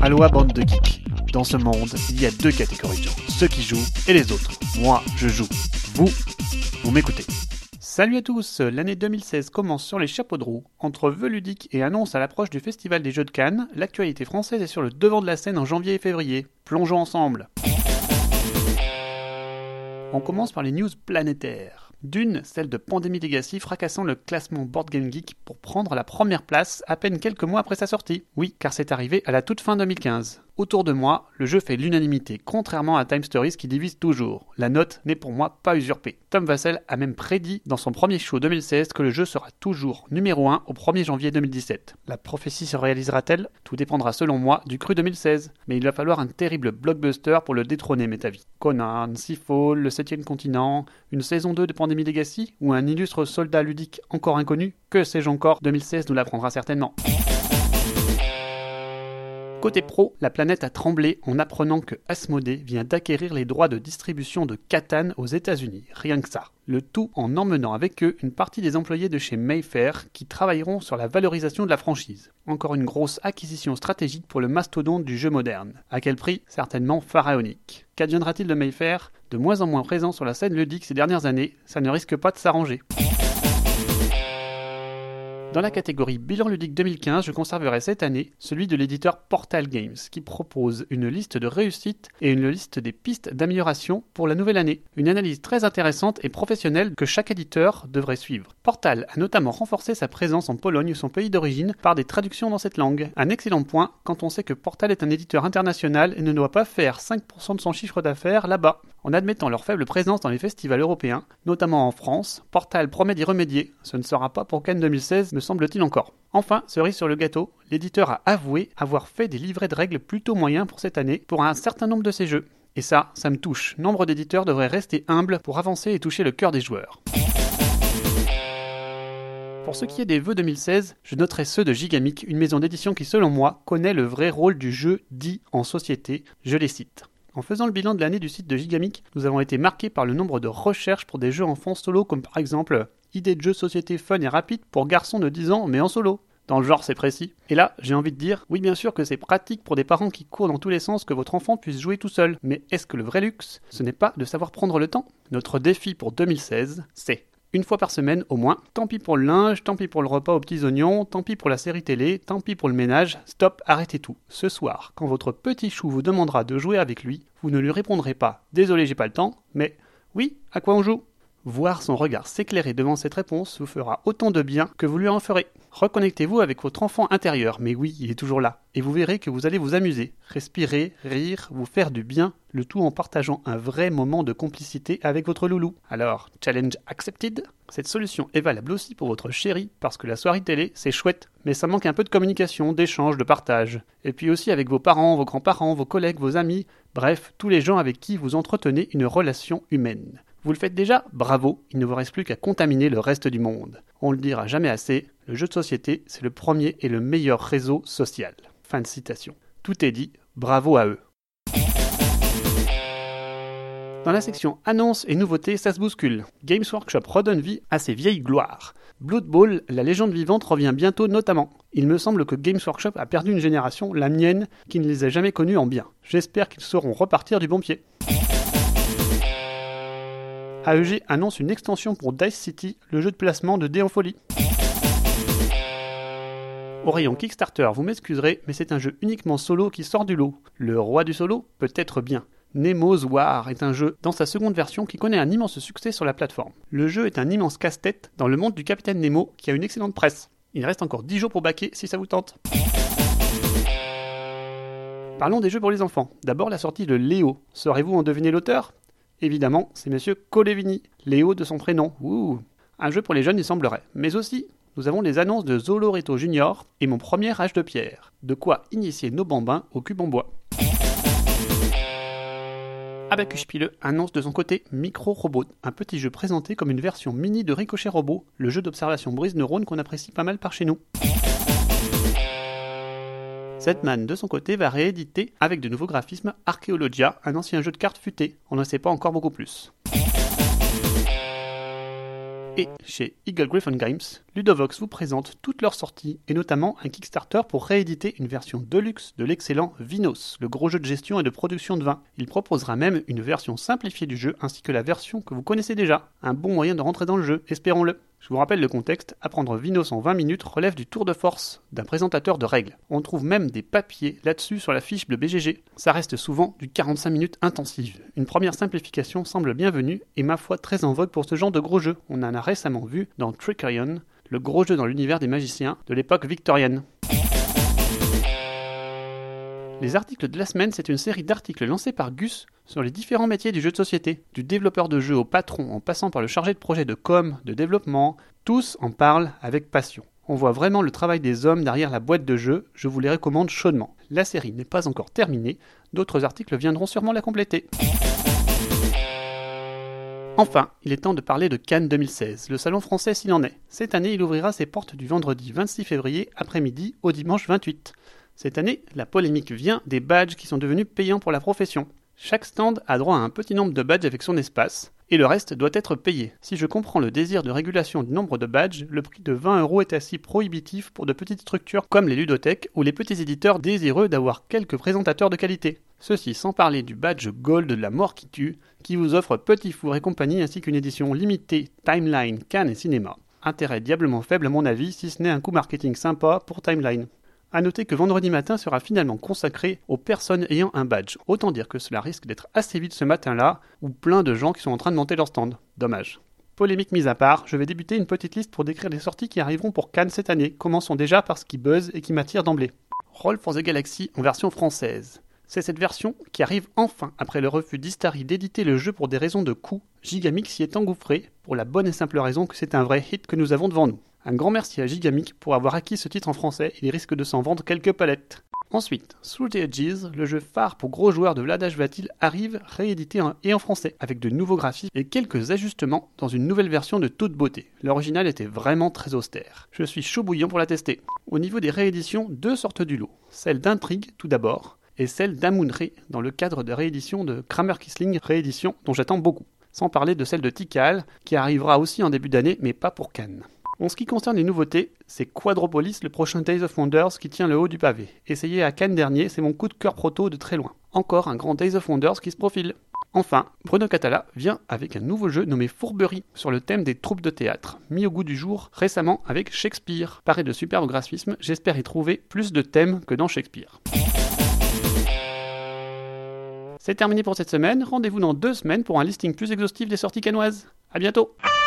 Aloha bande de geeks. Dans ce monde, il y a deux catégories de gens, ceux qui jouent et les autres. Moi, je joue. Vous m'écoutez. Salut à tous, l'année 2016 commence sur les chapeaux de roue. Entre vœux ludiques et annonces à l'approche du Festival des Jeux de Cannes, l'actualité française est sur le devant de la scène en janvier et février. Plongeons ensemble. On commence par les news planétaires. D'une, celle de Pandemic Legacy fracassant le classement Board Game Geek pour prendre la première place à peine quelques mois après sa sortie. Oui, car c'est arrivé à la toute fin 2015. Autour de moi, le jeu fait l'unanimité, contrairement à Time Stories qui divise toujours. La note n'est pour moi pas usurpée. Tom Vassell a même prédit dans son premier show 2016 que le jeu sera toujours numéro 1 au 1er janvier 2017. La prophétie se réalisera-t-elle ? Tout dépendra selon moi du cru 2016. Mais il va falloir un terrible blockbuster pour le détrôner, m'est avis. Conan, Seafall, le 7e continent, une saison 2 de Pandemic Legacy ou un illustre soldat ludique encore inconnu ? Que sais-je encore ? 2016 nous l'apprendra certainement. Côté pro, la planète a tremblé en apprenant que Asmodée vient d'acquérir les droits de distribution de Catan aux États-Unis, rien que ça. Le tout en emmenant avec eux une partie des employés de chez Mayfair qui travailleront sur la valorisation de la franchise. Encore une grosse acquisition stratégique pour le mastodonte du jeu moderne. À quel prix ? Certainement pharaonique. Qu'adviendra-t-il de Mayfair ? De moins en moins présent sur la scène ludique ces dernières années, ça ne risque pas de s'arranger. Dans la catégorie bilan ludique 2015, je conserverai cette année celui de l'éditeur Portal Games, qui propose une liste de réussites et une liste des pistes d'amélioration pour la nouvelle année. Une analyse très intéressante et professionnelle que chaque éditeur devrait suivre. Portal a notamment renforcé sa présence en Pologne, son pays d'origine, par des traductions dans cette langue. Un excellent point quand on sait que Portal est un éditeur international et ne doit pas faire 5% de son chiffre d'affaires là-bas. En admettant leur faible présence dans les festivals européens, notamment en France, Portal promet d'y remédier. Ce ne sera pas pour Cannes 2016, me semble-t-il encore. Enfin, cerise sur le gâteau, l'éditeur a avoué avoir fait des livrets de règles plutôt moyens pour cette année pour un certain nombre de ses jeux. Et ça me touche. Nombre d'éditeurs devraient rester humbles pour avancer et toucher le cœur des joueurs. Pour ce qui est des vœux 2016, je noterai ceux de Gigamic, une maison d'édition qui selon moi connaît le vrai rôle du jeu dit en société. Je les cite. En faisant le bilan de l'année du site de Gigamic, nous avons été marqués par le nombre de recherches pour des jeux enfants solo comme par exemple idée de jeu société fun et rapide pour garçons de 10 ans mais en solo. Dans le genre c'est précis. Et là, j'ai envie de dire, oui bien sûr que c'est pratique pour des parents qui courent dans tous les sens que votre enfant puisse jouer tout seul. Mais est-ce que le vrai luxe, ce n'est pas de savoir prendre le temps ? Notre défi pour 2016, c'est une fois par semaine au moins. Tant pis pour le linge, tant pis pour le repas aux petits oignons, tant pis pour la série télé, tant pis pour le ménage. Stop, arrêtez tout. Ce soir, quand votre petit chou vous demandera de jouer avec lui, vous ne lui répondrez pas « Désolé, j'ai pas le temps », mais « Oui, à quoi on joue ?» Voir son regard s'éclairer devant cette réponse vous fera autant de bien que vous lui en ferez. Reconnectez-vous avec votre enfant intérieur, mais oui, il est toujours là. Et vous verrez que vous allez vous amuser, respirer, rire, vous faire du bien, le tout en partageant un vrai moment de complicité avec votre loulou. Alors, challenge accepted ? Cette solution est valable aussi pour votre chéri, parce que la soirée télé, c'est chouette, mais ça manque un peu de communication, d'échange, de partage. Et puis aussi avec vos parents, vos grands-parents, vos collègues, vos amis, bref, tous les gens avec qui vous entretenez une relation humaine. Vous le faites déjà ? Bravo, il ne vous reste plus qu'à contaminer le reste du monde. On le dira jamais assez, le jeu de société, c'est le premier et le meilleur réseau social. Fin de citation. Tout est dit, bravo à eux. Dans la section annonces et nouveautés, ça se bouscule. Games Workshop redonne vie à ses vieilles gloires. Blood Bowl, la légende vivante, revient bientôt notamment. Il me semble que Games Workshop a perdu une génération, la mienne, qui ne les a jamais connus en bien. J'espère qu'ils sauront repartir du bon pied. AEG annonce une extension pour Dice City, le jeu de placement de dés en folie. Au rayon Kickstarter, vous m'excuserez, mais c'est un jeu uniquement solo qui sort du lot. Le roi du solo peut être bien. Nemo's War est un jeu dans sa seconde version qui connaît un immense succès sur la plateforme. Le jeu est un immense casse-tête dans le monde du Capitaine Nemo qui a une excellente presse. Il reste encore 10 jours pour backer si ça vous tente. Parlons des jeux pour les enfants. D'abord la sortie de Léo. Saurez-vous en deviner l'auteur ? Évidemment, c'est Monsieur Colevini, Léo de son prénom. Ouh. Un jeu pour les jeunes, il semblerait. Mais aussi, nous avons les annonces de Zoloreto Junior et Mon premier âge de pierre. De quoi initier nos bambins au cube en bois. Abacus Pileux annonce de son côté Micro Robot, un petit jeu présenté comme une version mini de Ricochet Robot, le jeu d'observation brise neurones qu'on apprécie pas mal par chez nous. Setman, de son côté, va rééditer, avec de nouveaux graphismes, Archaeologia, un ancien jeu de cartes futé. On ne sait pas encore beaucoup plus. Et chez Eagle Gryphon Games, Ludovox vous présente toutes leurs sorties et notamment un Kickstarter pour rééditer une version deluxe de l'excellent Vinos, le gros jeu de gestion et de production de vin. Il proposera même une version simplifiée du jeu ainsi que la version que vous connaissez déjà. Un bon moyen de rentrer dans le jeu, espérons-le. Je vous rappelle le contexte, apprendre Vinos en 20 minutes relève du tour de force d'un présentateur de règles. On trouve même des papiers là-dessus sur la fiche de BGG. Ça reste souvent du 45 minutes intensive. Une première simplification semble bienvenue et ma foi très en vogue pour ce genre de gros jeu. On en a récemment vu dans Trickerion, le gros jeu dans l'univers des magiciens de l'époque victorienne. Les articles de la semaine, c'est une série d'articles lancés par Gus sur les différents métiers du jeu de société. Du développeur de jeu au patron, en passant par le chargé de projet de com, de développement, tous en parlent avec passion. On voit vraiment le travail des hommes derrière la boîte de jeu, je vous les recommande chaudement. La série n'est pas encore terminée, d'autres articles viendront sûrement la compléter. Enfin, il est temps de parler de Cannes 2016, le salon français s'il en est. Cette année, il ouvrira ses portes du vendredi 26 février après-midi au dimanche 28. Cette année, la polémique vient des badges qui sont devenus payants pour la profession. Chaque stand a droit à un petit nombre de badges avec son espace, et le reste doit être payé. Si je comprends le désir de régulation du nombre de badges, le prix de 20 € est assez prohibitif pour de petites structures comme les ludothèques ou les petits éditeurs désireux d'avoir quelques présentateurs de qualité. Ceci sans parler du badge Gold de la mort qui tue, qui vous offre Petit Four et compagnie ainsi qu'une édition limitée Timeline Cannes et Cinéma. Intérêt diablement faible à mon avis, si ce n'est un coup marketing sympa pour Timeline. A noter que vendredi matin sera finalement consacré aux personnes ayant un badge. Autant dire que cela risque d'être assez vite ce matin-là, ou plein de gens qui sont en train de monter leur stand. Dommage. Polémique mise à part, je vais débuter une petite liste pour décrire les sorties qui arriveront pour Cannes cette année. Commençons déjà par ce qui buzz et qui m'attire d'emblée. Roll for the Galaxy en version française. C'est cette version qui arrive enfin après le refus d'Istari d'éditer le jeu pour des raisons de coût. Gigamix s'y est engouffré pour la bonne et simple raison que c'est un vrai hit que nous avons devant nous. Un grand merci à Gigamic pour avoir acquis ce titre en français, il risque de s'en vendre quelques palettes. Ensuite, Through the Edges, le jeu phare pour gros joueurs de Vlaada Chvátil arrive réédité en français, avec de nouveaux graphismes et quelques ajustements dans une nouvelle version de toute beauté. L'original était vraiment très austère. Je suis chaud bouillant pour la tester. Au niveau des rééditions, deux sortent du lot. Celle d'Intrigue tout d'abord, et celle d'Amun-Re dans le cadre de réédition de Kramer Kissling, réédition dont j'attends beaucoup. Sans parler de celle de Tikal, qui arrivera aussi en début d'année, mais pas pour Cannes. En ce qui concerne les nouveautés, c'est Quadropolis, le prochain Days of Wonders, qui tient le haut du pavé. Essayé à Cannes dernier, c'est mon coup de cœur proto de très loin. Encore un grand Days of Wonders qui se profile. Enfin, Bruno Catala vient avec un nouveau jeu nommé Fourberie, sur le thème des troupes de théâtre, mis au goût du jour récemment avec Shakespeare. Paré de superbes graphismes, j'espère y trouver plus de thèmes que dans Shakespeare. C'est terminé pour cette semaine, rendez-vous dans 2 semaines pour un listing plus exhaustif des sorties cannoises. A bientôt!